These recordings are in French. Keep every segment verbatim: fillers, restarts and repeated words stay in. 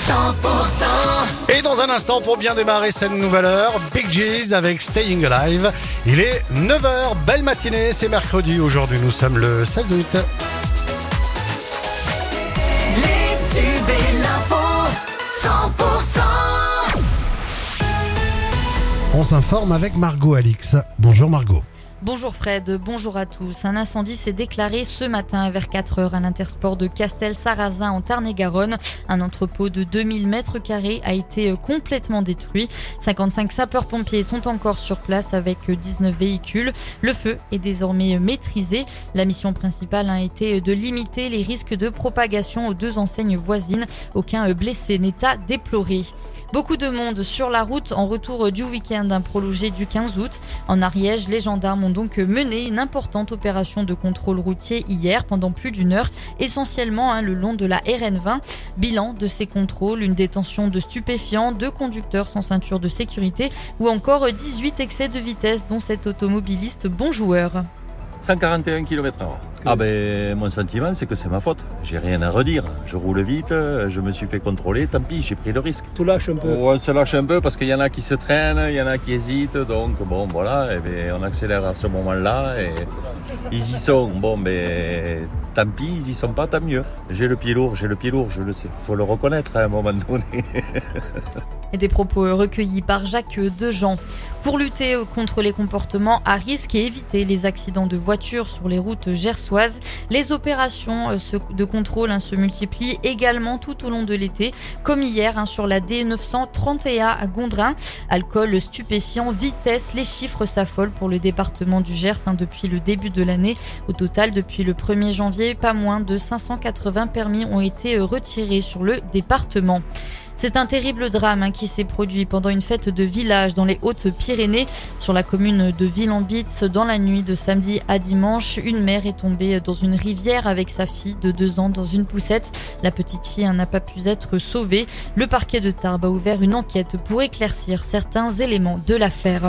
cent pour cent. Et dans un instant, pour bien démarrer cette nouvelle heure, Big Gees avec Staying Alive. Il est neuf heures, belle matinée, c'est mercredi. Aujourd'hui, nous sommes le seize août. Les tubes et l'info, cent pour cent. On s'informe avec Margot Alix. Bonjour Margot. Bonjour Fred, bonjour à tous. Un incendie s'est déclaré ce matin vers quatre heures à l'Intersport de Castel-Sarrazin en Tarn-et-Garonne. Un entrepôt de deux mille mètres carrés a été complètement détruit. cinquante-cinq sapeurs-pompiers sont encore sur place avec dix-neuf véhicules. Le feu est désormais maîtrisé. La mission principale a été de limiter les risques de propagation aux deux enseignes voisines. Aucun blessé n'est à déplorer. Beaucoup de monde sur la route en retour du week-end prolongé du quinze août. En Ariège, les gendarmes ont donc mené une importante opération de contrôle routier hier pendant plus d'une heure, essentiellement hein, le long de la R N vingt. Bilan de ces contrôles, une détention de stupéfiants, deux conducteurs sans ceinture de sécurité ou encore dix-huit excès de vitesse dont cet automobiliste bon joueur. cent quarante et un kilomètres heure. Ah ben mon sentiment c'est que c'est ma faute. J'ai rien à redire. Je roule vite, je me suis fait contrôler, tant pis, j'ai pris le risque. Tu lâches un peu. On se lâche un peu parce qu'il y en a qui se traînent, il y en a qui hésitent, donc bon voilà, et bien, on accélère à ce moment-là et ils y sont. Bon ben tant pis, ils y sont pas, tant mieux. J'ai le pied lourd, j'ai le pied lourd, je le sais. Faut le reconnaître à un moment donné. Et des propos recueillis par Jacques Dejean. Pour lutter contre les comportements à risque et éviter les accidents de voitures sur les routes gersoises, les opérations de contrôle se multiplient également tout au long de l'été, comme hier sur la D neuf cent trente et un à Gondrin. Alcool, stupéfiant, vitesse, les chiffres s'affolent pour le département du Gers depuis le début de l'année. Au total, depuis le premier janvier, pas moins de cinq cent quatre-vingts permis ont été retirés sur le département. C'est un terrible drame hein, qui s'est produit pendant une fête de village dans les Hautes-Pyrénées. Sur la commune de Ville-en-Bitz, dans la nuit de samedi à dimanche, une mère est tombée dans une rivière avec sa fille de deux ans dans une poussette. La petite fille hein, n'a pas pu être sauvée. Le parquet de Tarbes a ouvert une enquête pour éclaircir certains éléments de l'affaire.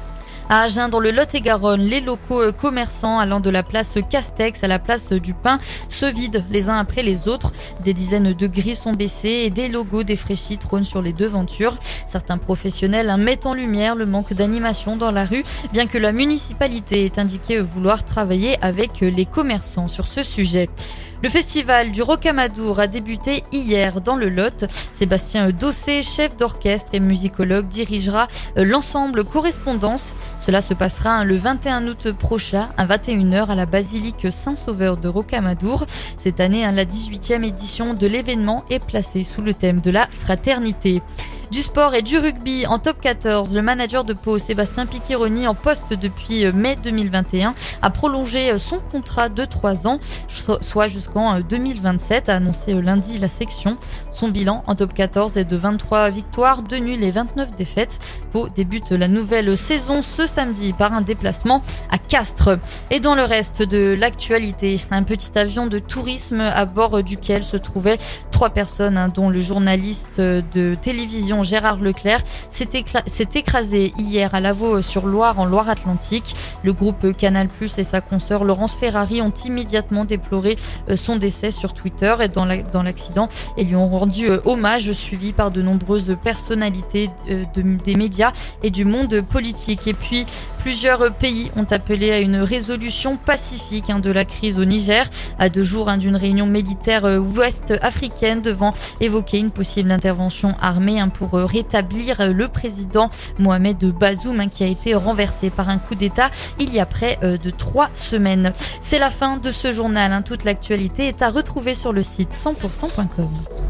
À Agen, dans le Lot-et-Garonne, les locaux commerçants allant de la place Castex à la place du Pain se vident les uns après les autres. Des dizaines de grilles sont baissées et des logos défraîchis trônent sur les devantures. Certains professionnels mettent en lumière le manque d'animation dans la rue, bien que la municipalité ait indiqué vouloir travailler avec les commerçants sur ce sujet. Le festival du Rocamadour a débuté hier dans le Lot. Sébastien Dossé, chef d'orchestre et musicologue, dirigera l'ensemble Correspondance. Cela se passera le vingt et un août prochain à vingt et une heures à la basilique Saint-Sauveur de Rocamadour. Cette année, la dix-huitième édition de l'événement est placée sous le thème de la fraternité. Du sport et du rugby en top quatorze, le manager de Pau, Sébastien Picchironi, en poste depuis mai deux mille vingt et un, a prolongé son contrat de trois ans, soit jusqu'en deux mille vingt-sept, a annoncé lundi la section. Son bilan en top quatorze est de vingt-trois victoires, deux nuls et vingt-neuf défaites. Pau débute la nouvelle saison ce samedi par un déplacement à Castres. Et dans le reste de l'actualité, un petit avion de tourisme à bord duquel se trouvaient trois personnes, dont le journaliste de télévision Gérard Leclerc, s'est, écla- s'est écrasé hier à Lavaux-sur-Loire en Loire-Atlantique. Le groupe Canal plus et sa consoeur Laurence Ferrari ont immédiatement déploré son décès sur Twitter et dans, la- dans l'accident et lui ont rendu hommage, suivi par de nombreuses personnalités de, des médias et du monde politique. Et puis, plusieurs pays ont appelé à une résolution pacifique hein, de la crise au Niger, à deux jours hein, d'une réunion militaire ouest-africaine devant évoquer une possible intervention armée hein, pour rétablir le président Mohamed Bazoum hein, qui a été renversé par un coup d'État il y a près euh, de trois semaines. C'est la fin de ce journal. Hein. Toute l'actualité est à retrouver sur le site cent pour cent point com.